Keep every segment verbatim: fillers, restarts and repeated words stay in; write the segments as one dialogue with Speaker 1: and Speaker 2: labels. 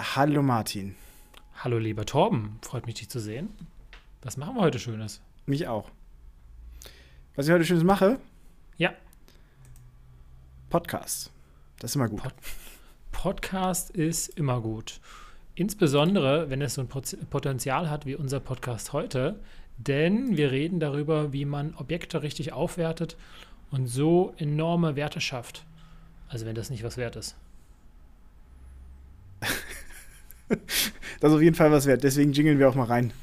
Speaker 1: Hallo Martin.
Speaker 2: Hallo lieber Torben, freut mich dich zu sehen. Was machen wir heute Schönes?
Speaker 1: Mich auch. Was ich heute Schönes mache?
Speaker 2: Ja.
Speaker 1: Podcast. Das ist immer gut.
Speaker 2: Pod- Podcast ist immer gut. Insbesondere, wenn es so ein Pot- Potenzial hat wie unser Podcast heute. Denn wir reden darüber, wie man Objekte richtig aufwertet und so enorme Werte schafft. Also wenn das nicht was wert ist.
Speaker 1: Das ist auf jeden Fall was wert. Deswegen jingeln wir auch mal rein.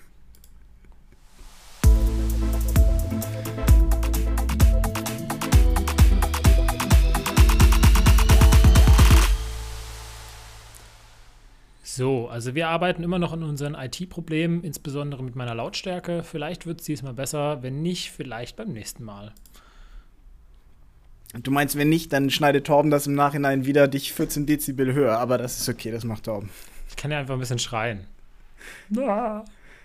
Speaker 2: So, also wir arbeiten immer noch an unseren I T-Problemen, insbesondere mit meiner Lautstärke. Vielleicht wird es diesmal besser, wenn nicht, vielleicht beim nächsten Mal.
Speaker 1: Du meinst, wenn nicht, dann schneidet Torben das im Nachhinein wieder dich vierzehn Dezibel höher. Aber das ist okay, das macht Torben.
Speaker 2: Ich kann ja einfach ein bisschen schreien. Ah.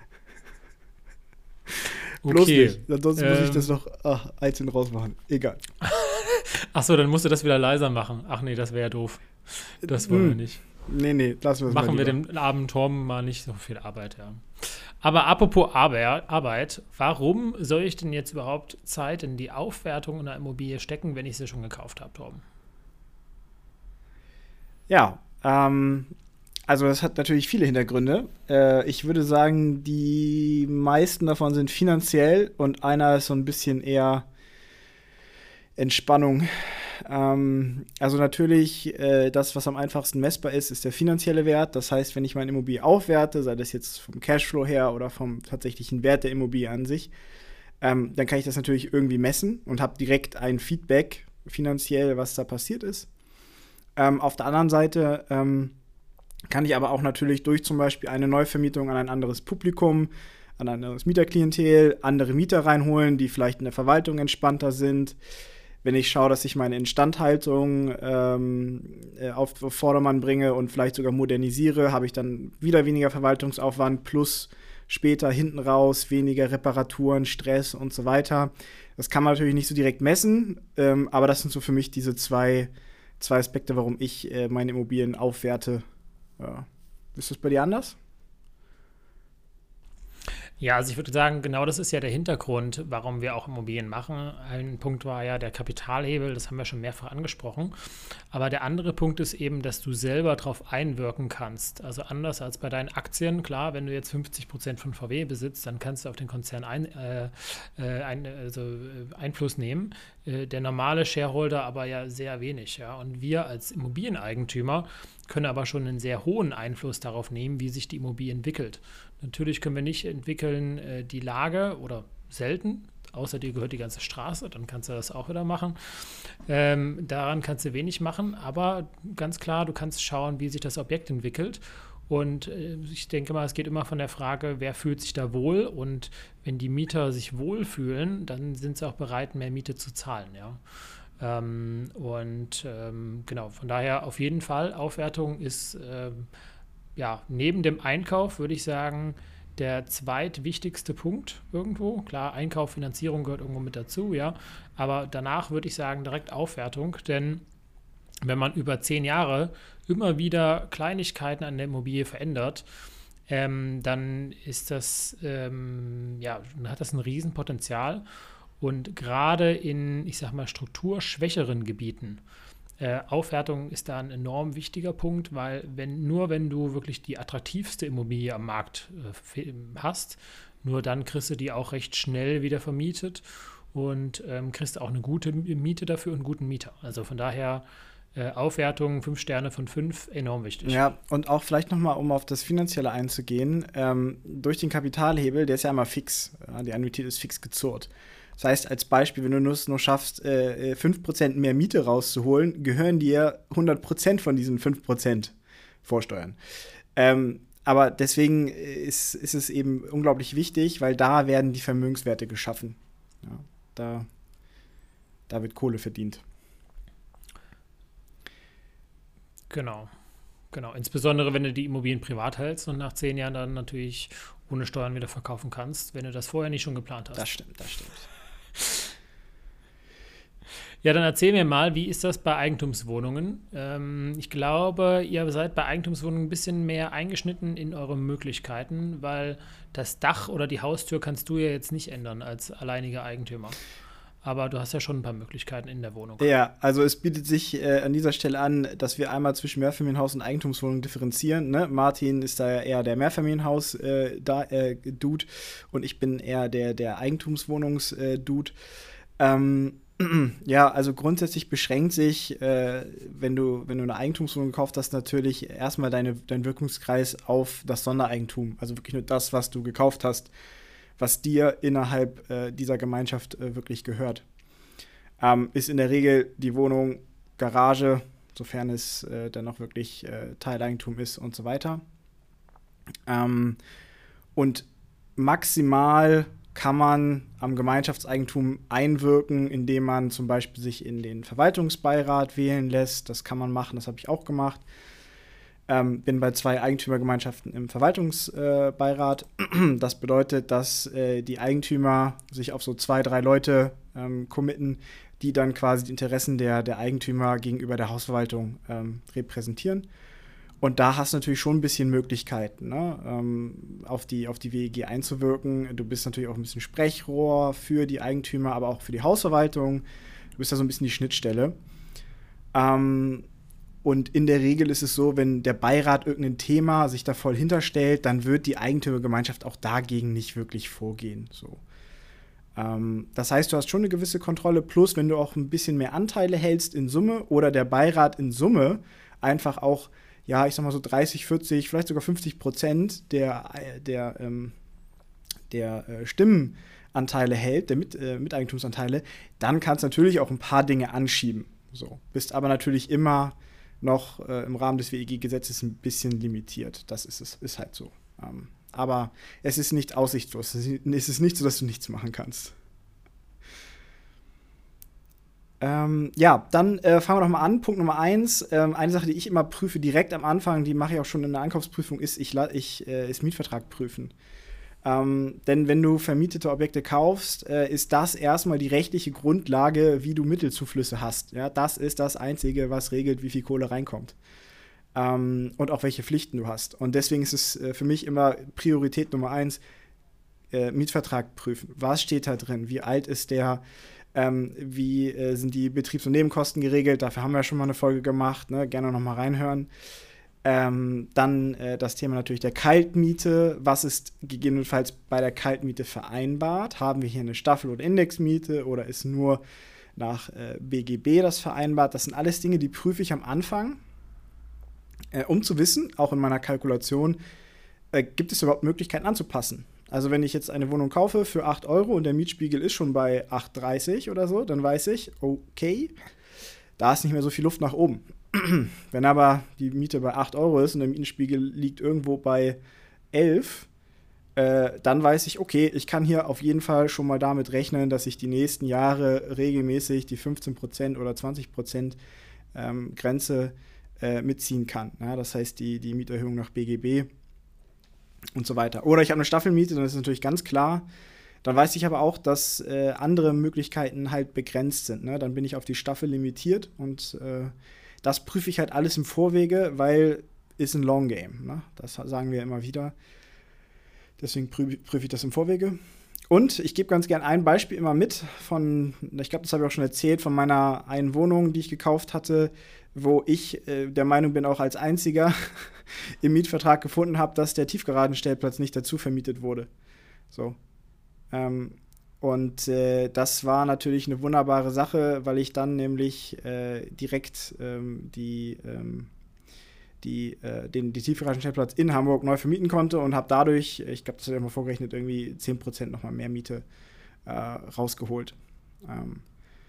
Speaker 1: Bloß
Speaker 2: Okay.
Speaker 1: nicht. Ansonsten muss ich
Speaker 2: Ähm.
Speaker 1: das noch ach, einzeln rausmachen. Egal.
Speaker 2: Achso, dann musst du das wieder leiser machen. Ach nee, das wäre ja doof. Das wollen wir
Speaker 1: Hm.
Speaker 2: nicht.
Speaker 1: Nee, nee, lassen wir es mal
Speaker 2: Machen wir
Speaker 1: lieber.
Speaker 2: dem armen Torben mal nicht so viel Arbeit, ja. Aber apropos Arbe- Arbeit, warum soll ich denn jetzt überhaupt Zeit in die Aufwertung einer Immobilie stecken, wenn ich sie schon gekauft habe, Torben?
Speaker 1: Ja, ähm, also das hat natürlich viele Hintergründe. Äh, ich würde sagen, die meisten davon sind finanziell und einer ist so ein bisschen eher Entspannung. Ähm, also natürlich, äh, das, was am einfachsten messbar ist, ist der finanzielle Wert. Das heißt, wenn ich meine Immobilie aufwerte, sei das jetzt vom Cashflow her oder vom tatsächlichen Wert der Immobilie an sich, ähm, dann kann ich das natürlich irgendwie messen und habe direkt ein Feedback finanziell, was da passiert ist. Ähm, auf der anderen Seite ähm, kann ich aber auch natürlich durch zum Beispiel eine Neuvermietung an ein anderes Publikum, an ein anderes Mieterklientel, andere Mieter reinholen, die vielleicht in der Verwaltung entspannter sind. Wenn ich schaue, dass ich meine Instandhaltung ähm, äh, auf Vordermann bringe und vielleicht sogar modernisiere, habe ich dann wieder weniger Verwaltungsaufwand plus später hinten raus weniger Reparaturen, Stress und so weiter. Das kann man natürlich nicht so direkt messen, ähm, aber das sind so für mich diese zwei, zwei Aspekte, warum ich äh, meine Immobilien aufwerte. Ja. Ist das bei dir anders?
Speaker 2: Ja, also ich würde sagen, genau das ist ja der Hintergrund, warum wir auch Immobilien machen. Ein Punkt war ja der Kapitalhebel, das haben wir schon mehrfach angesprochen. Aber der andere Punkt ist eben, dass du selber darauf einwirken kannst. Also anders als bei deinen Aktien, klar, wenn du jetzt fünfzig Prozent von V W besitzt, dann kannst du auf den Konzern ein, äh, äh, ein, also, äh, Einfluss nehmen. Äh, der normale Shareholder aber ja sehr wenig. Ja? Und wir als Immobilieneigentümer können aber schon einen sehr hohen Einfluss darauf nehmen, wie sich die Immobilie entwickelt. Natürlich können wir nicht entwickeln äh, die Lage oder selten, außer dir gehört die ganze Straße, dann kannst du das auch wieder machen. Ähm, daran kannst du wenig machen, aber ganz klar, du kannst schauen, wie sich das Objekt entwickelt. Und äh, ich denke mal, es geht immer von der Frage, wer fühlt sich da wohl? Und wenn die Mieter sich wohlfühlen, dann sind sie auch bereit, mehr Miete zu zahlen, ja. Ähm, und ähm, genau, von daher auf jeden Fall, Aufwertung ist ähm, ja, neben dem Einkauf würde ich sagen, der zweitwichtigste Punkt irgendwo. Klar, Einkauf, Finanzierung gehört irgendwo mit dazu, ja. Aber danach würde ich sagen, direkt Aufwertung, denn wenn man über zehn Jahre immer wieder Kleinigkeiten an der Immobilie verändert, ähm, dann ist das, ähm, ja, dann hat das ein Riesenpotenzial. Und gerade in, ich sag mal, strukturschwächeren Gebieten, Äh, Aufwertung ist da ein enorm wichtiger Punkt, weil wenn nur wenn du wirklich die attraktivste Immobilie am Markt äh, hast, nur dann kriegst du die auch recht schnell wieder vermietet und ähm, kriegst auch eine gute Miete dafür und einen guten Mieter. Also von daher äh, Aufwertung, fünf Sterne von fünf, enorm wichtig.
Speaker 1: Ja, und auch vielleicht nochmal, um auf das Finanzielle einzugehen, ähm, durch den Kapitalhebel, der ist ja immer fix, ja, die Annuität ist fix gezurrt. Das heißt, als Beispiel, wenn du es nur schaffst, äh, fünf Prozent mehr Miete rauszuholen, gehören dir hundert Prozent von diesen fünf Prozent Vorsteuern. Ähm, aber deswegen ist, ist es eben unglaublich wichtig, weil da werden die Vermögenswerte geschaffen. Ja, da, da wird Kohle verdient.
Speaker 2: Genau, genau. Insbesondere, wenn du die Immobilien privat hältst und nach zehn Jahren dann natürlich ohne Steuern wieder verkaufen kannst, wenn du das vorher nicht schon geplant hast.
Speaker 1: Das stimmt, das stimmt.
Speaker 2: Ja, dann erzähl mir mal, wie ist das bei Eigentumswohnungen? Ähm, ich glaube, ihr seid bei Eigentumswohnungen ein bisschen mehr eingeschnitten in eure Möglichkeiten, weil das Dach oder die Haustür kannst du ja jetzt nicht ändern als alleiniger Eigentümer. Aber du hast ja schon ein paar Möglichkeiten in der Wohnung.
Speaker 1: Ja, also es bietet sich äh, an dieser Stelle an, dass wir einmal zwischen Mehrfamilienhaus und Eigentumswohnung differenzieren. Ne? Martin ist da ja eher der Mehrfamilienhaus-Dude äh, äh, und ich bin eher der, der Eigentumswohnungs-Dude. Ähm, ja, also grundsätzlich beschränkt sich, äh, wenn du, wenn du eine Eigentumswohnung gekauft hast, natürlich erstmal deine, dein Wirkungskreis auf das Sondereigentum. Also wirklich nur das, was du gekauft hast, was dir innerhalb äh, dieser Gemeinschaft äh, wirklich gehört. Ähm, ist in der Regel die Wohnung, Garage, sofern es äh, dann noch wirklich äh, Teileigentum ist und so weiter. Ähm, und maximal kann man am Gemeinschaftseigentum einwirken, indem man zum Beispiel sich in den Verwaltungsbeirat wählen lässt. Das kann man machen, das habe ich auch gemacht. Ähm, bin bei zwei Eigentümergemeinschaften im Verwaltungsbeirat. Äh, das bedeutet, dass äh, die Eigentümer sich auf so zwei, drei Leute ähm, committen, die dann quasi die Interessen der, der Eigentümer gegenüber der Hausverwaltung ähm, repräsentieren. Und da hast du natürlich schon ein bisschen Möglichkeiten, ne, ähm, auf die, auf die W E G einzuwirken. Du bist natürlich auch ein bisschen Sprechrohr für die Eigentümer, aber auch für die Hausverwaltung. Du bist da so ein bisschen die Schnittstelle. Ähm, Und in der Regel ist es so, wenn der Beirat irgendein Thema sich da voll hinterstellt, dann wird die Eigentümergemeinschaft auch dagegen nicht wirklich vorgehen. So. Ähm, das heißt, du hast schon eine gewisse Kontrolle, plus wenn du auch ein bisschen mehr Anteile hältst in Summe oder der Beirat in Summe einfach auch, ja, ich sag mal so dreißig, vierzig, vielleicht sogar fünfzig Prozent der, der, ähm, der äh, Stimmenanteile hält, der Mit, äh, Miteigentumsanteile, dann kannst du natürlich auch ein paar Dinge anschieben. So. Bist aber natürlich immer noch äh, im Rahmen des W E G-Gesetzes ein bisschen limitiert. Das ist es, ist halt so. Ähm, aber es ist nicht aussichtslos. Es ist nicht so, dass du nichts machen kannst. Ähm, ja, dann äh, fangen wir doch mal an. Punkt Nummer eins. Ähm, eine Sache, die ich immer prüfe direkt am Anfang, die mache ich auch schon in der Ankaufsprüfung, ist, ich, ich äh, ist Mietvertrag prüfen. Ähm, denn wenn du vermietete Objekte kaufst, äh, ist das erstmal die rechtliche Grundlage, wie du Mittelzuflüsse hast. Ja, das ist das Einzige, was regelt, wie viel Kohle reinkommt. Ähm, und auch welche Pflichten du hast. Und deswegen ist es äh, für mich immer Priorität Nummer eins, äh, Mietvertrag prüfen. Was steht da drin? Wie alt ist der? Ähm, wie äh, sind die Betriebs- und Nebenkosten geregelt? Dafür haben wir ja schon mal eine Folge gemacht. Ne? Gerne noch mal reinhören. Ähm, dann äh, das Thema natürlich der Kaltmiete. Was ist gegebenenfalls bei der Kaltmiete vereinbart? Haben wir hier eine Staffel- oder Indexmiete oder ist nur nach äh, B G B das vereinbart? Das sind alles Dinge, die prüfe ich am Anfang, äh, um zu wissen, auch in meiner Kalkulation, äh, gibt es überhaupt Möglichkeiten anzupassen? Also wenn ich jetzt eine Wohnung kaufe für acht Euro und der Mietspiegel ist schon bei acht Euro dreißig oder so, dann weiß ich, okay, da ist nicht mehr so viel Luft nach oben. Wenn aber die Miete bei acht Euro ist und der Mietenspiegel liegt irgendwo bei elf, äh, dann weiß ich, okay, ich kann hier auf jeden Fall schon mal damit rechnen, dass ich die nächsten Jahre regelmäßig die fünfzehn Prozent oder zwanzig Prozent ähm, Grenze äh, mitziehen kann. Ja, das heißt, die, die Mieterhöhung nach B G B und so weiter. Oder ich habe eine Staffelmiete, dann ist es natürlich ganz klar. Dann weiß ich aber auch, dass äh, andere Möglichkeiten halt begrenzt sind. Ne? Dann bin ich auf die Staffel limitiert und äh, das prüfe ich halt alles im Vorwege, weil ist ein Long Game. Ne? Das sagen wir immer wieder. Deswegen prüfe prüf ich das im Vorwege. Und ich gebe ganz gern ein Beispiel immer mit von, ich glaube, das habe ich auch schon erzählt, von meiner einen Wohnung, die ich gekauft hatte, wo ich äh, der Meinung bin, auch als einziger im Mietvertrag gefunden habe, dass der Tiefgaragenstellplatz nicht dazu vermietet wurde. So. Ähm, Und äh, das war natürlich eine wunderbare Sache, weil ich dann nämlich äh, direkt ähm, die, ähm, die, äh, den die Tiefgaragenstellplatz in Hamburg neu vermieten konnte und habe dadurch, ich glaube, das hat ja mal vorgerechnet, irgendwie zehn Prozent nochmal mehr Miete äh, rausgeholt. Ähm,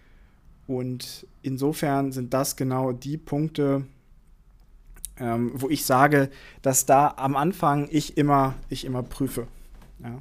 Speaker 1: und insofern sind das genau die Punkte, ähm, wo ich sage, dass da am Anfang ich immer, ich immer prüfe. Ja.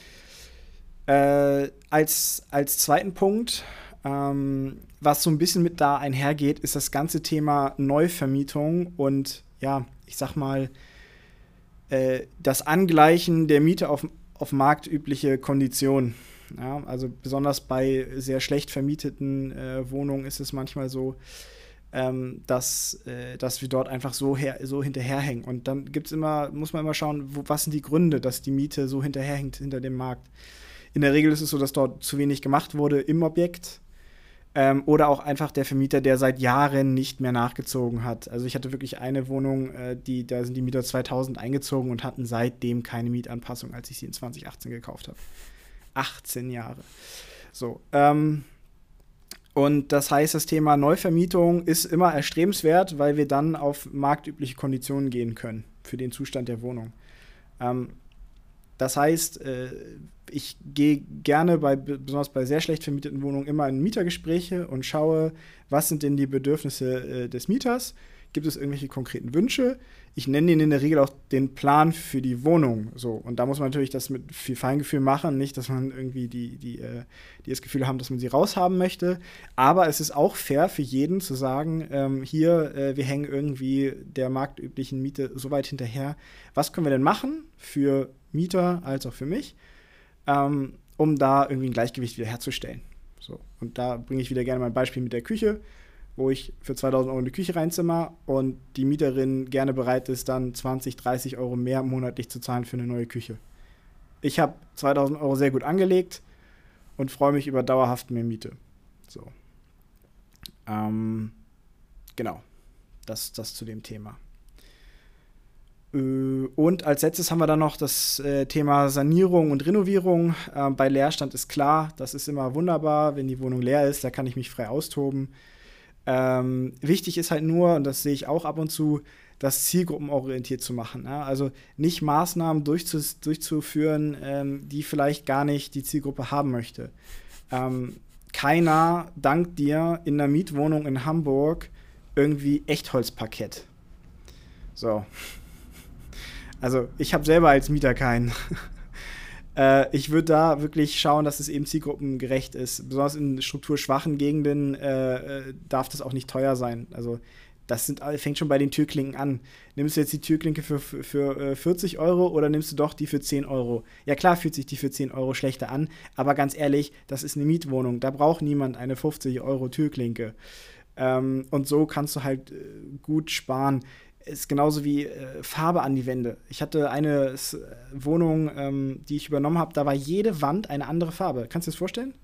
Speaker 1: Äh, als, als zweiten Punkt, ähm, was so ein bisschen mit da einhergeht, ist das ganze Thema Neuvermietung und ja, ich sag mal, äh, das Angleichen der Miete auf, auf marktübliche Konditionen. Ja, also besonders bei sehr schlecht vermieteten äh, Wohnungen ist es manchmal so, ähm, dass, äh, dass wir dort einfach so, her, so hinterherhängen. Und dann gibt's immer, muss man immer schauen, wo, was sind die Gründe, dass die Miete so hinterherhängt hinter dem Markt. In der Regel ist es so, dass dort zu wenig gemacht wurde im Objekt. Ähm, oder auch einfach der Vermieter, der seit Jahren nicht mehr nachgezogen hat. Also ich hatte wirklich eine Wohnung, äh, die, da sind die Mieter zweitausend eingezogen und hatten seitdem keine Mietanpassung, als ich sie in zwanzig achtzehn gekauft habe. achtzehn Jahre. So, ähm, und das heißt, das Thema Neuvermietung ist immer erstrebenswert, weil wir dann auf marktübliche Konditionen gehen können für den Zustand der Wohnung. Ähm, Das heißt, ich gehe gerne, bei, besonders bei sehr schlecht vermieteten Wohnungen, immer in Mietergespräche und schaue, was sind denn die Bedürfnisse des Mieters? Gibt es irgendwelche konkreten Wünsche? Ich nenne ihnen in der Regel auch den Plan für die Wohnung. So. Und da muss man natürlich das mit viel Feingefühl machen, nicht, dass man irgendwie die, die, die das Gefühl haben, dass man sie raushaben möchte. Aber es ist auch fair für jeden zu sagen, ähm, hier, äh, wir hängen irgendwie der marktüblichen Miete so weit hinterher. Was können wir denn machen für Mieter als auch für mich, ähm, um da irgendwie ein Gleichgewicht wieder herzustellen. So. Und da bringe ich wieder gerne mein Beispiel mit der Küche, wo ich für zweitausend Euro eine Küche reinzimmer und die Mieterin gerne bereit ist, dann zwanzig, dreißig Euro mehr monatlich zu zahlen für eine neue Küche. Ich habe zweitausend Euro sehr gut angelegt und freue mich über dauerhaft mehr Miete. So. Ähm, genau. Das, das zu dem Thema. Und als letztes haben wir dann noch das äh, Thema Sanierung und Renovierung. Äh, bei Leerstand ist klar, das ist immer wunderbar, wenn die Wohnung leer ist, da kann ich mich frei austoben. Ähm, wichtig ist halt nur, und das sehe ich auch ab und zu, das zielgruppenorientiert zu machen. Ja? Also nicht Maßnahmen durchzus- durchzuführen, ähm, die vielleicht gar nicht die Zielgruppe haben möchte. Ähm, keiner dankt dir in einer Mietwohnung in Hamburg irgendwie Echtholzparkett. So. Also ich habe selber als Mieter keinen. äh, ich würde da wirklich schauen, dass es eben zielgruppengerecht ist. Besonders in strukturschwachen Gegenden äh, darf das auch nicht teuer sein. Also das sind, fängt schon bei den Türklinken an. Nimmst du jetzt die Türklinke für, für, für äh, vierzig Euro oder nimmst du doch die für zehn Euro? Ja klar fühlt sich die für zehn Euro schlechter an, aber ganz ehrlich, das ist eine Mietwohnung. Da braucht niemand eine fünfzig Euro Türklinke. Ähm, und so kannst du halt äh, gut sparen. Ist genauso wie äh, Farbe an die Wände. Ich hatte eine äh, Wohnung, ähm, die ich übernommen habe, da war jede Wand eine andere Farbe. Kannst du dir das vorstellen?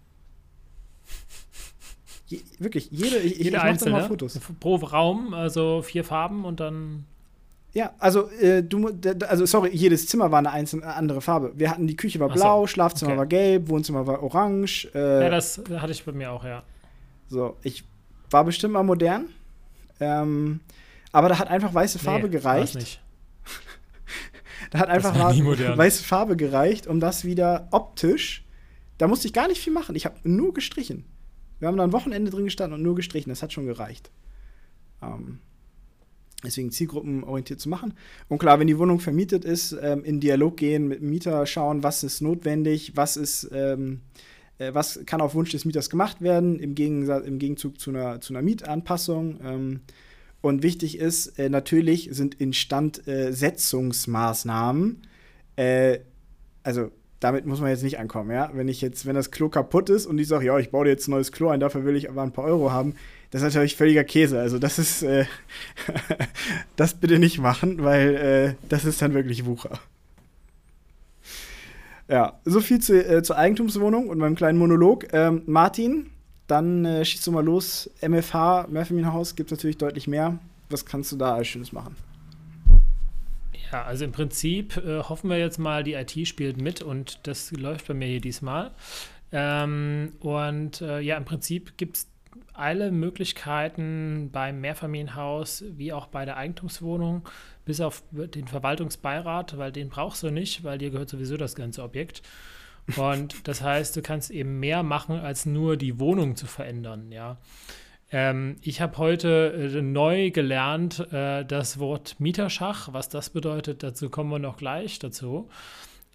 Speaker 1: Je, wirklich, jede, ich,
Speaker 2: jede
Speaker 1: ich
Speaker 2: einzelne,
Speaker 1: mal Fotos.
Speaker 2: Pro Raum, also vier Farben und dann.
Speaker 1: Ja, also, äh, du, also sorry, jedes Zimmer war eine einzelne andere Farbe. Wir hatten, die Küche war blau, so, Schlafzimmer okay. war gelb, Wohnzimmer war orange. Äh,
Speaker 2: ja, das hatte ich bei mir auch, ja.
Speaker 1: So, ich war bestimmt mal modern. Ähm, Aber da hat einfach weiße Farbe nee, gereicht. Nicht. Da hat einfach weiße Farbe gereicht, um das wieder optisch. Da musste ich gar nicht viel machen. Ich habe nur gestrichen. Wir haben da ein Wochenende drin gestanden und nur gestrichen. Das hat schon gereicht. Ähm, deswegen zielgruppenorientiert zu machen. Und klar, wenn die Wohnung vermietet ist, ähm, in Dialog gehen mit dem Mieter, schauen, was ist notwendig, was ist, ähm, äh, was kann auf Wunsch des Mieters gemacht werden, im, Gegensatz, im Gegenzug zu einer, zu einer Mietanpassung. Ähm, Und wichtig ist, äh, natürlich sind Instandsetzungsmaßnahmen, äh, also damit muss man jetzt nicht ankommen, ja. Wenn ich jetzt, wenn das Klo kaputt ist und ich sage, ja, ich baue dir jetzt ein neues Klo ein, dafür will ich aber ein paar Euro haben, das ist natürlich völliger Käse. Also das ist, äh, das bitte nicht machen, weil äh, das ist dann wirklich Wucher. Ja, so viel zu, äh, zur Eigentumswohnung und meinem kleinen Monolog. Ähm, Martin, dann äh, schießt du mal los. M F H, Mehrfamilienhaus, gibt es natürlich deutlich mehr. Was kannst du da alles Schönes machen?
Speaker 2: Ja, also im Prinzip äh, hoffen wir jetzt mal, die I T spielt mit und das läuft bei mir hier diesmal. Ähm, und äh, ja, im Prinzip gibt es alle Möglichkeiten beim Mehrfamilienhaus wie auch bei der Eigentumswohnung, bis auf den Verwaltungsbeirat, weil den brauchst du nicht, weil dir gehört sowieso das ganze Objekt. Und das heißt, du kannst eben mehr machen, als nur die Wohnung zu verändern, ja. Ähm, ich habe heute äh, neu gelernt, äh, das Wort Mieterschach, was das bedeutet, dazu kommen wir noch gleich dazu.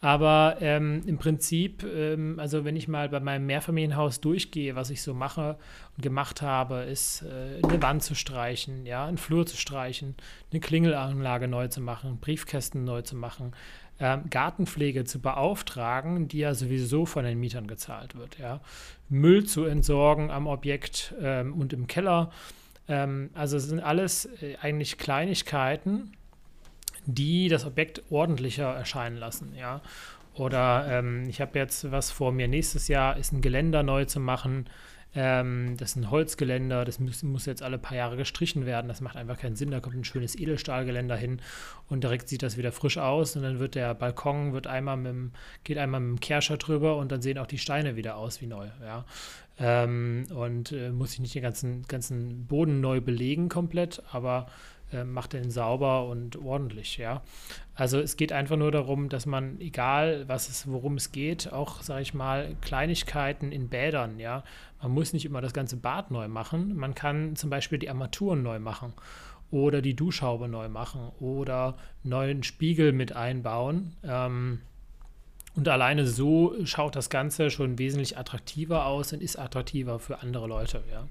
Speaker 2: Aber ähm, im Prinzip, ähm, also wenn ich mal bei meinem Mehrfamilienhaus durchgehe, was ich so mache und gemacht habe, ist äh, eine Wand zu streichen, ja, einen Flur zu streichen, eine Klingelanlage neu zu machen, Briefkästen neu zu machen, ähm, Gartenpflege zu beauftragen, die ja sowieso von den Mietern gezahlt wird, ja, Müll zu entsorgen am Objekt ähm, und im Keller. Ähm, also es sind alles äh, eigentlich Kleinigkeiten, die das Objekt ordentlicher erscheinen lassen, ja. Oder ähm, ich habe jetzt was vor mir nächstes Jahr, ist ein Geländer neu zu machen. Ähm, das ist ein Holzgeländer, das muss, muss jetzt alle paar Jahre gestrichen werden. Das macht einfach keinen Sinn. Da kommt ein schönes Edelstahlgeländer hin und direkt sieht das wieder frisch aus. Und dann wird der Balkon, wird einmal mit dem, geht einmal mit dem Kerscher drüber und dann sehen auch die Steine wieder aus wie neu, ja. Ähm, und äh, muss ich nicht den ganzen, ganzen Boden neu belegen komplett, aber macht den sauber und ordentlich, ja. Also es geht einfach nur darum, dass man, egal was es, worum es geht, auch, sage ich mal, Kleinigkeiten in Bädern, ja. Man muss nicht immer das ganze Bad neu machen. Man kann zum Beispiel die Armaturen neu machen oder die Duschhaube neu machen oder neuen Spiegel mit einbauen. Ähm, und alleine so schaut das Ganze schon wesentlich attraktiver aus und ist attraktiver für andere Leute, ja.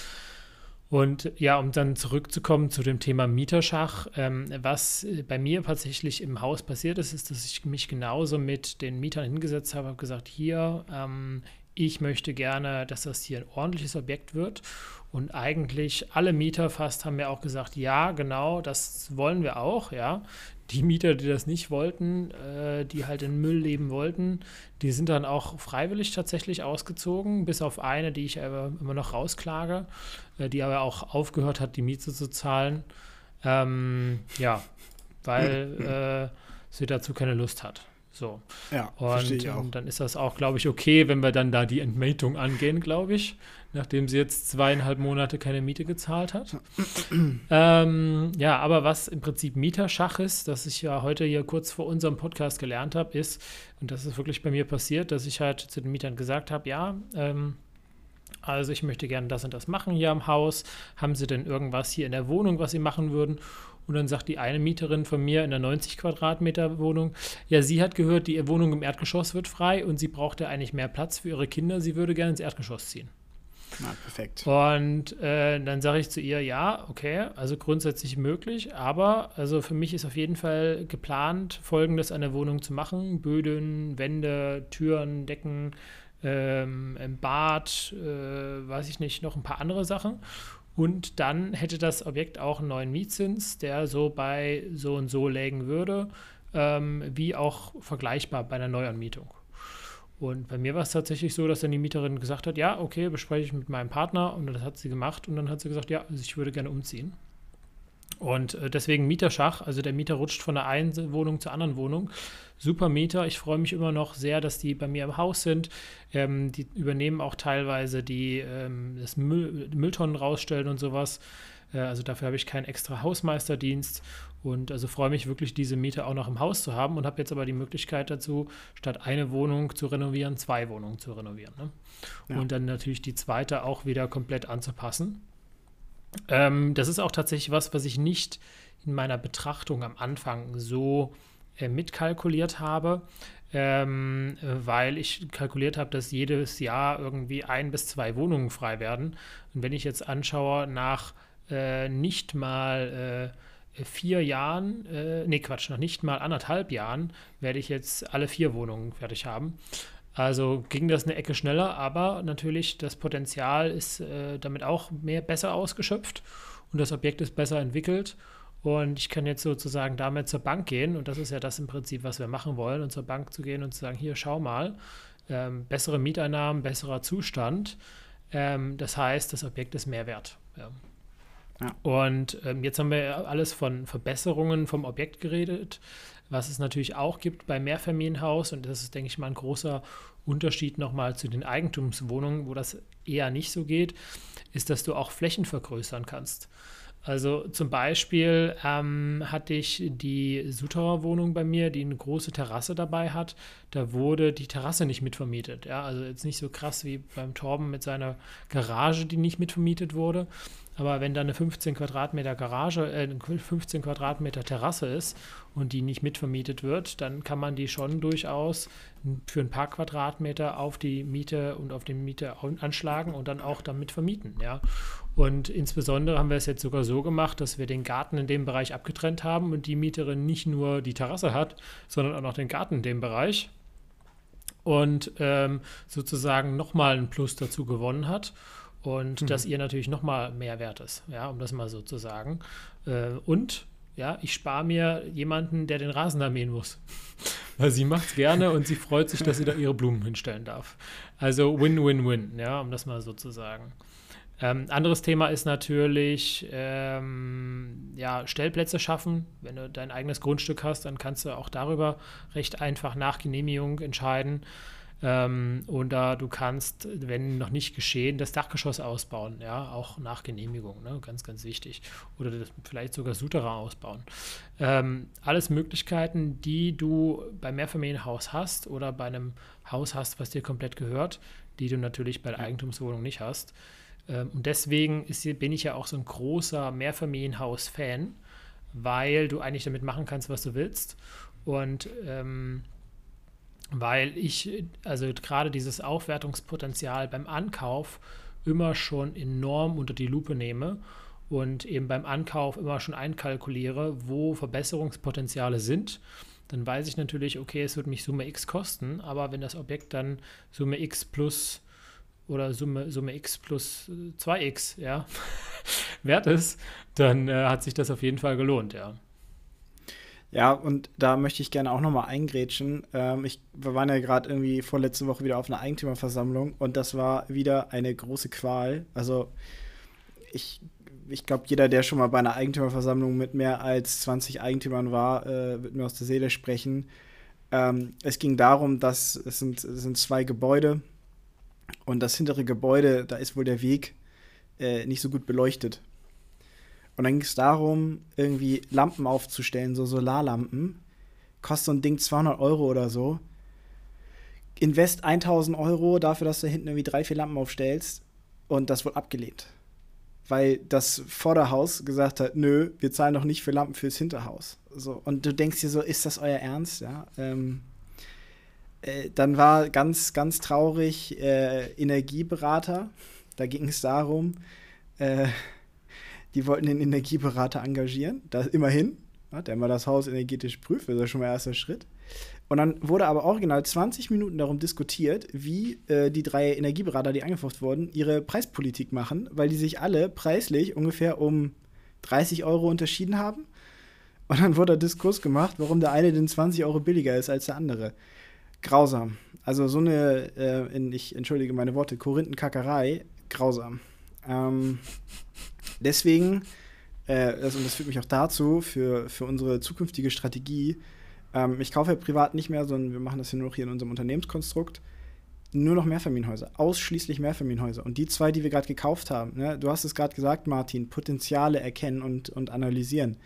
Speaker 2: Und ja, um dann zurückzukommen zu dem Thema Mieterschach, ähm, was bei mir tatsächlich im Haus passiert ist, ist, dass ich mich genauso mit den Mietern hingesetzt habe, habe gesagt, hier, ähm, ich möchte gerne, dass das hier ein ordentliches Objekt wird. Und eigentlich alle Mieter fast haben mir auch gesagt, ja, genau, das wollen wir auch, ja. Die Mieter, die das nicht wollten, äh, die halt in Müll leben wollten, die sind dann auch freiwillig tatsächlich ausgezogen, bis auf eine, die ich aber immer noch rausklage, äh, die aber auch aufgehört hat, die Miete zu zahlen. Ähm, ja, weil äh, sie dazu keine Lust hat. So.
Speaker 1: Ja,
Speaker 2: und
Speaker 1: ich auch.
Speaker 2: ähm, dann ist das auch, glaube ich, okay, wenn wir dann da die Entmietung angehen, glaube ich, nachdem sie jetzt zweieinhalb Monate keine Miete gezahlt hat. ähm, ja, aber was im Prinzip Mieterschach ist, das ich ja heute hier kurz vor unserem Podcast gelernt habe, ist, und das ist wirklich bei mir passiert, dass ich halt zu den Mietern gesagt habe, ja, ähm, also ich möchte gerne das und das machen hier am Haus. Haben Sie denn irgendwas hier in der Wohnung, was Sie machen würden? Und dann sagt die eine Mieterin von mir in der neunzig Quadratmeter Wohnung, ja, sie hat gehört, die Wohnung im Erdgeschoss wird frei und sie braucht ja eigentlich mehr Platz für ihre Kinder. Sie würde gerne ins Erdgeschoss ziehen.
Speaker 1: Na, perfekt.
Speaker 2: Und äh, dann sage ich zu ihr, ja, okay, also grundsätzlich möglich, aber also für mich ist auf jeden Fall geplant, Folgendes an der Wohnung zu machen. Böden, Wände, Türen, Decken, ähm, im Bad, äh, weiß ich nicht, noch ein paar andere Sachen. Und dann hätte das Objekt auch einen neuen Mietzins, der so bei so und so lägen würde, ähm, wie auch vergleichbar bei einer Neuanmietung. Und bei mir war es tatsächlich so, dass dann die Mieterin gesagt hat, ja, okay, bespreche ich mit meinem Partner. Und das hat sie gemacht. Und dann hat sie gesagt, ja, also ich würde gerne umziehen. Und äh, deswegen Mieterschach, also der Mieter rutscht von der einen Wohnung zur anderen Wohnung. Super Mieter, ich freue mich immer noch sehr, dass die bei mir im Haus sind. Ähm, die übernehmen auch teilweise die ähm, das Müll, Mülltonnen rausstellen und sowas. Äh, also dafür habe ich keinen extra Hausmeisterdienst. Und also freue mich wirklich, diese Mieter auch noch im Haus zu haben und habe jetzt aber die Möglichkeit dazu, statt eine Wohnung zu renovieren, zwei Wohnungen zu renovieren. Ne? Ja. Und dann natürlich die zweite auch wieder komplett anzupassen. Ähm, das ist auch tatsächlich was, was ich nicht in meiner Betrachtung am Anfang so äh, mitkalkuliert habe, ähm, weil ich kalkuliert habe, dass jedes Jahr irgendwie ein bis zwei Wohnungen frei werden. Und wenn ich jetzt anschaue, nach äh, nicht mal äh, vier Jahren, äh, nee Quatsch, noch nicht mal anderthalb Jahren, werde ich jetzt alle vier Wohnungen fertig haben. Also ging das eine Ecke schneller, aber natürlich das Potenzial ist äh, damit auch mehr besser ausgeschöpft und das Objekt ist besser entwickelt und ich kann jetzt sozusagen damit zur Bank gehen und das ist ja das im Prinzip, was wir machen wollen, und zur Bank zu gehen und zu sagen, hier, schau mal, ähm, bessere Mieteinnahmen, besserer Zustand, ähm, das heißt, das Objekt ist mehr wert. Ja. Ja. Und ähm, jetzt haben wir alles von Verbesserungen vom Objekt geredet, was es natürlich auch gibt bei Mehrfamilienhaus, und das ist, denke ich mal, ein großer Unterschied nochmal zu den Eigentumswohnungen, wo das eher nicht so geht, ist, dass du auch Flächen vergrößern kannst. Also zum Beispiel ähm, hatte ich die Sutterer Wohnung bei mir, die eine große Terrasse dabei hat. Da wurde die Terrasse nicht mitvermietet. Ja? Also jetzt nicht so krass wie beim Torben mit seiner Garage, die nicht mitvermietet wurde. Aber wenn da eine fünfzehn Quadratmeter Garage, äh, fünfzehn Quadratmeter Terrasse ist und die nicht mitvermietet wird, dann kann man die schon durchaus für ein paar Quadratmeter auf die Miete und auf die Miete anschlagen und dann auch damit vermieten, ja. Und insbesondere haben wir es jetzt sogar so gemacht, dass wir den Garten in dem Bereich abgetrennt haben und die Mieterin nicht nur die Terrasse hat, sondern auch noch den Garten in dem Bereich und ähm, sozusagen nochmal ein Plus dazu gewonnen hat. Und mhm. dass ihr natürlich nochmal mehr wert ist, ja, um das mal so zu sagen. Äh, und ja, ich spare mir jemanden, der den Rasen da mähen muss. Weil sie macht es gerne und sie freut sich, dass sie da ihre Blumen hinstellen darf. Also Win-Win-Win, ja, um das mal so zu sagen. Ähm, anderes Thema ist natürlich ähm, ja, Stellplätze schaffen. Wenn du dein eigenes Grundstück hast, dann kannst du auch darüber recht einfach nach Genehmigung entscheiden. Ähm, oder du kannst, wenn noch nicht geschehen, das Dachgeschoss ausbauen, ja, auch nach Genehmigung, ne? Ganz, ganz wichtig. Oder das, vielleicht sogar das Souterrain ausbauen. Ähm, alles Möglichkeiten, die du beim Mehrfamilienhaus hast oder bei einem Haus hast, was dir komplett gehört, die du natürlich bei der Eigentumswohnung nicht hast. Ähm, und deswegen ist, bin ich ja auch so ein großer Mehrfamilienhaus-Fan, weil du eigentlich damit machen kannst, was du willst. Und ähm, weil ich, also gerade dieses Aufwertungspotenzial beim Ankauf immer schon enorm unter die Lupe nehme und eben beim Ankauf immer schon einkalkuliere, wo Verbesserungspotenziale sind. Dann weiß ich natürlich, okay, es wird mich Summe X kosten, aber wenn das Objekt dann Summe X plus oder Summe, Summe X plus zwei X, ja, wert ist, dann äh, hat sich das auf jeden Fall gelohnt, ja.
Speaker 1: Ja, und da möchte ich gerne auch nochmal eingrätschen. Ähm, ich, wir waren ja gerade irgendwie vorletzte Woche wieder auf einer Eigentümerversammlung und das war wieder eine große Qual. Also ich, ich glaube, jeder, der schon mal bei einer Eigentümerversammlung mit mehr als zwanzig Eigentümern war, äh, wird mir aus der Seele sprechen. Ähm, es ging darum, dass es sind, es sind zwei Gebäude und das hintere Gebäude, da ist wohl der Weg äh, nicht so gut beleuchtet. Und dann ging es darum, irgendwie Lampen aufzustellen, so Solarlampen. Kostet so ein Ding zweihundert Euro oder so. Invest tausend Euro dafür, dass du hinten irgendwie drei, vier Lampen aufstellst. Und das wurde abgelehnt. Weil das Vorderhaus gesagt hat, nö, wir zahlen doch nicht für Lampen fürs Hinterhaus. So, und du denkst dir so, ist das euer Ernst? Ja, ähm, äh, dann war ganz, ganz traurig äh, Energieberater. Da ging es darum, äh, die wollten den Energieberater engagieren, das immerhin, ja, der mal das Haus energetisch prüft, das ist schon mal erster Schritt. Und dann wurde aber original zwanzig Minuten darum diskutiert, wie äh, die drei Energieberater, die angekauft wurden, ihre Preispolitik machen, weil die sich alle preislich ungefähr um dreißig Euro unterschieden haben. Und dann wurde der Diskurs gemacht, warum der eine denn zwanzig Euro billiger ist als der andere. Grausam. Also so eine, äh, in, ich entschuldige meine Worte, Korinthenkackerei, grausam. Ähm, deswegen, äh, das, und das führt mich auch dazu, für, für unsere zukünftige Strategie, ähm, ich kaufe ja privat nicht mehr, sondern wir machen das ja nur noch hier in unserem Unternehmenskonstrukt, nur noch Mehrfamilienhäuser, ausschließlich Mehrfamilienhäuser. Und die zwei, die wir gerade gekauft haben, ne, du hast es gerade gesagt, Martin, Potenziale erkennen und, und analysieren.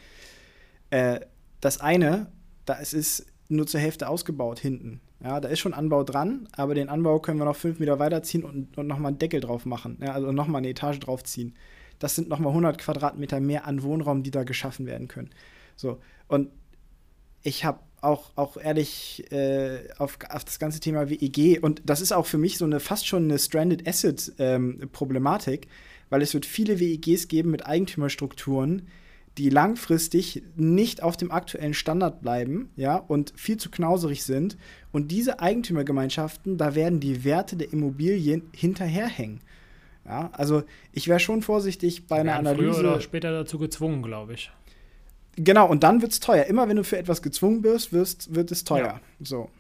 Speaker 1: Äh, das eine, da es ist nur zur Hälfte ausgebaut hinten. Ja, da ist schon Anbau dran, aber den Anbau können wir noch fünf Meter weiterziehen und, und nochmal einen Deckel drauf machen, ja, also nochmal eine Etage draufziehen. Das sind nochmal hundert Quadratmeter mehr an Wohnraum, die da geschaffen werden können. So, und ich habe auch, auch ehrlich äh, auf, auf das ganze Thema W E G, und das ist auch für mich so eine fast schon eine Stranded Asset ähm, Problematik, weil es wird viele W E Gs geben mit Eigentümerstrukturen, die langfristig nicht auf dem aktuellen Standard bleiben, ja, und viel zu knauserig sind. Und diese Eigentümergemeinschaften, da werden die Werte der Immobilien hinterherhängen. Ja, also ich wäre schon vorsichtig bei einer Analyse.
Speaker 2: Früher oder später dazu gezwungen, glaube ich.
Speaker 1: Genau, und dann wird es teuer. Immer wenn du für etwas gezwungen wirst, wirst wird es teuer. Ja. So.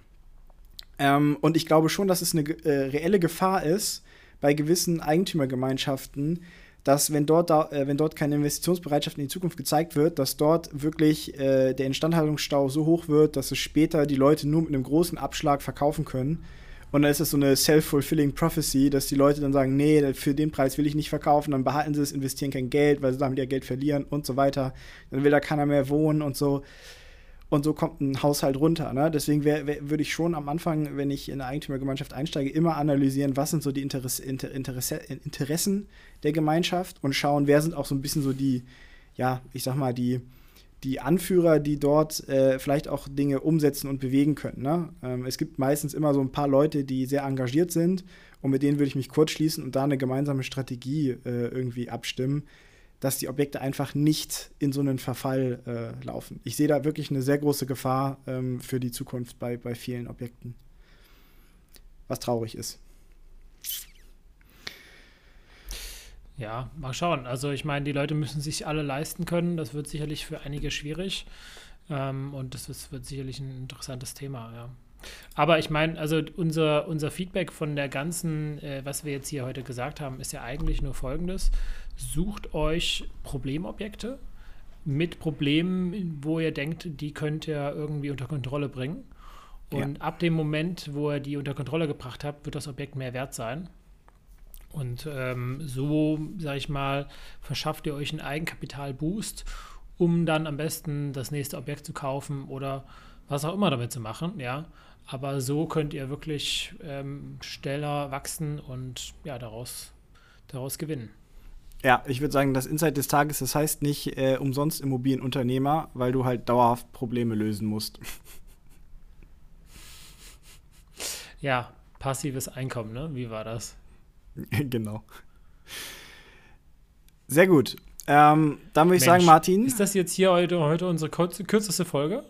Speaker 1: Ähm, und ich glaube schon, dass es eine äh, reelle Gefahr ist bei gewissen Eigentümergemeinschaften, dass wenn dort, da, äh, wenn dort keine Investitionsbereitschaft in die Zukunft gezeigt wird, dass dort wirklich äh, der Instandhaltungsstau so hoch wird, dass es später die Leute nur mit einem großen Abschlag verkaufen können. Und dann ist es so eine self-fulfilling prophecy, dass die Leute dann sagen, nee, für den Preis will ich nicht verkaufen, dann behalten sie es, investieren kein Geld, weil sie damit ja Geld verlieren und so weiter. Dann will da keiner mehr wohnen und so. Und so kommt ein Haushalt runter. Ne? Deswegen würde ich schon am Anfang, wenn ich in eine Eigentümergemeinschaft einsteige, immer analysieren, was sind so die Interesse, Inter, Interesse, Interessen der Gemeinschaft und schauen, wer sind auch so ein bisschen so die, ja, ich sag mal, die, die Anführer, die dort äh, vielleicht auch Dinge umsetzen und bewegen können. Ne? Ähm, es gibt meistens immer so ein paar Leute, die sehr engagiert sind und mit denen würde ich mich kurz schließen und da eine gemeinsame Strategie äh, irgendwie abstimmen, dass die Objekte einfach nicht in so einen Verfall äh, laufen. Ich sehe da wirklich eine sehr große Gefahr ähm, für die Zukunft bei, bei vielen Objekten. Was traurig ist.
Speaker 2: Ja, mal schauen. Also ich meine, die Leute müssen sich alle leisten können. Das wird sicherlich für einige schwierig. Ähm, und das ist, wird sicherlich ein interessantes Thema, ja. Aber ich meine, also unser, unser Feedback von der ganzen, äh, was wir jetzt hier heute gesagt haben, ist ja eigentlich nur folgendes. Sucht euch Problemobjekte mit Problemen, wo ihr denkt, die könnt ihr irgendwie unter Kontrolle bringen. Und ja. ab dem Moment, wo ihr die unter Kontrolle gebracht habt, wird das Objekt mehr wert sein. Und ähm, so, sag ich mal, verschafft ihr euch einen Eigenkapitalboost, um dann am besten das nächste Objekt zu kaufen oder was auch immer damit zu machen, ja. Aber so könnt ihr wirklich ähm, schneller wachsen und ja, daraus, daraus gewinnen.
Speaker 1: Ja, ich würde sagen, das Insight des Tages, das heißt nicht äh, umsonst Immobilienunternehmer, weil du halt dauerhaft Probleme lösen musst.
Speaker 2: Ja, passives Einkommen, ne? Wie war das?
Speaker 1: Genau. Sehr gut. Ähm, dann würde ich sagen, Martin.
Speaker 2: Ist das jetzt hier heute, heute unsere kürzeste Folge?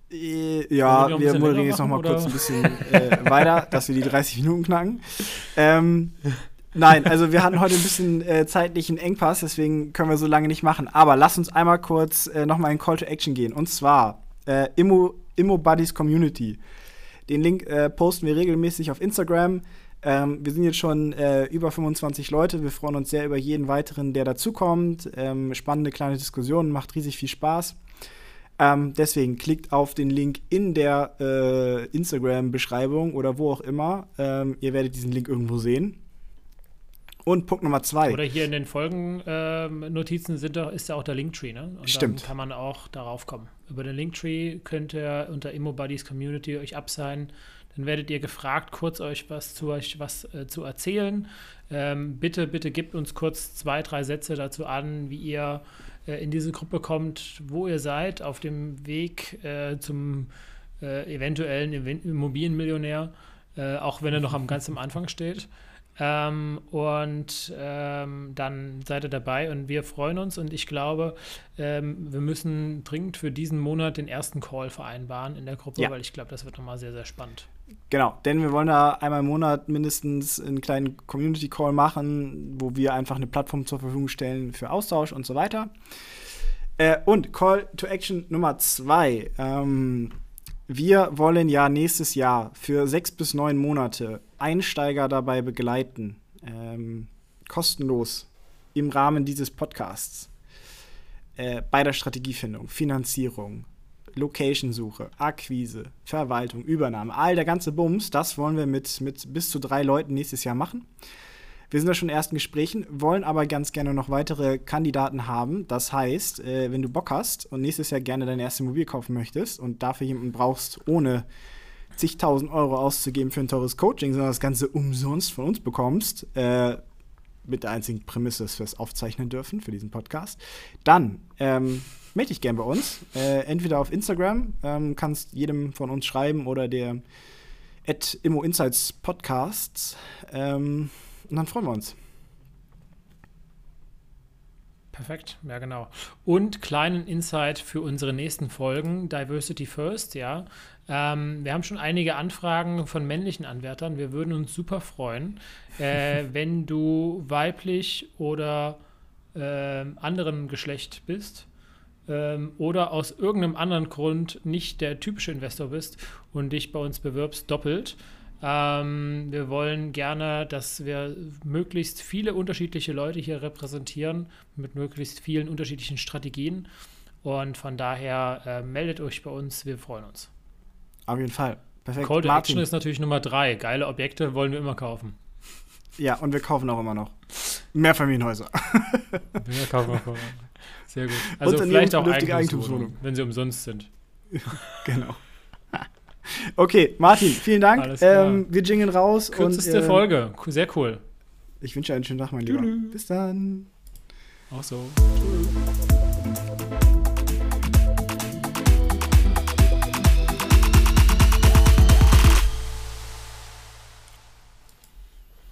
Speaker 1: Ja, wir, wir moderieren jetzt noch mal oder? kurz ein bisschen äh, weiter, dass wir die dreißig Minuten knacken. Ähm, nein, also wir hatten heute ein bisschen äh, zeitlichen Engpass, deswegen können wir so lange nicht machen. Aber lass uns einmal kurz äh, noch mal in Call to Action gehen. Und zwar äh, Immo, Immo Buddies Community. Den Link äh, posten wir regelmäßig auf Instagram. Ähm, wir sind jetzt schon äh, über fünfundzwanzig Leute. Wir freuen uns sehr über jeden weiteren, der dazukommt. Ähm, spannende kleine Diskussionen, macht riesig viel Spaß. Ähm, deswegen klickt auf den Link in der äh, Instagram-Beschreibung oder wo auch immer. Ähm, ihr werdet diesen Link irgendwo sehen. Und Punkt Nummer zwei.
Speaker 2: Oder hier in den Folgen-Notizen ähm, ist ja auch der Linktree, ne? Und
Speaker 1: Stimmt.
Speaker 2: Dann kann man auch darauf kommen. Über den Linktree könnt ihr unter Immo Buddies Community euch abseilen. Dann werdet ihr gefragt, kurz euch was zu euch was äh, zu erzählen. Ähm, bitte, bitte gebt uns kurz zwei, drei Sätze dazu an, wie ihr äh, in diese Gruppe kommt, wo ihr seid, auf dem Weg äh, zum äh, eventuellen Immobilienmillionär, äh, auch wenn er noch am ganz am Anfang steht. Ähm, und ähm, dann seid ihr dabei und wir freuen uns und ich glaube, ähm, wir müssen dringend für diesen Monat den ersten Call vereinbaren in der Gruppe, ja. Weil ich glaube, das wird nochmal sehr, sehr spannend.
Speaker 1: Genau, denn wir wollen da einmal im Monat mindestens einen kleinen Community-Call machen, wo wir einfach eine Plattform zur Verfügung stellen für Austausch und so weiter. Äh, und Call to Action Nummer zwei. Ähm, wir wollen ja nächstes Jahr für sechs bis neun Monate Einsteiger dabei begleiten, ähm, kostenlos im Rahmen dieses Podcasts, äh, bei der Strategiefindung, Finanzierung, Location-Suche, Akquise, Verwaltung, Übernahme, all der ganze Bums, das wollen wir mit, mit bis zu drei Leuten nächstes Jahr machen. Wir sind da schon in ersten Gesprächen, wollen aber ganz gerne noch weitere Kandidaten haben. Das heißt, äh, wenn du Bock hast und nächstes Jahr gerne deine erste Immobilie kaufen möchtest und dafür jemanden brauchst, ohne zigtausend Euro auszugeben für ein teures Coaching, sondern das Ganze umsonst von uns bekommst, äh, mit der einzigen Prämisse, dass wir es aufzeichnen dürfen für diesen Podcast, dann ähm, melde dich gern bei uns. Äh, entweder auf Instagram, ähm, kannst jedem von uns schreiben oder der at Immo Insights Podcasts. Ähm, und dann freuen wir uns.
Speaker 2: Perfekt, ja genau. Und kleinen Insight für unsere nächsten Folgen, Diversity First, ja. Ähm, wir haben schon einige Anfragen von männlichen Anwärtern. Wir würden uns super freuen, äh, wenn du weiblich oder äh, anderen Geschlecht bist ähm, oder aus irgendeinem anderen Grund nicht der typische Investor bist und dich bei uns bewirbst doppelt. Ähm, wir wollen gerne, dass wir möglichst viele unterschiedliche Leute hier repräsentieren mit möglichst vielen unterschiedlichen Strategien und von daher äh, meldet euch bei uns, wir freuen uns.
Speaker 1: Auf jeden Fall. Perfekt.
Speaker 2: Call to Action ist natürlich Nummer drei. Geile Objekte wollen wir immer kaufen.
Speaker 1: Ja, und wir kaufen auch immer noch. Mehrfamilienhäuser.
Speaker 2: Wir kaufen auch immer. Sehr gut. Also vielleicht auch Eigentumswohnungen, wenn sie umsonst sind.
Speaker 1: Genau. Okay, Martin, vielen Dank.
Speaker 2: Alles klar.
Speaker 1: Ähm, wir jingeln raus.
Speaker 2: Kürzeste
Speaker 1: und, äh,
Speaker 2: Folge. Sehr cool.
Speaker 1: Ich wünsche einen schönen Tag, mein Lieber.
Speaker 2: Tschüss.
Speaker 1: Bis dann.
Speaker 2: Auch so.
Speaker 1: Tschüss.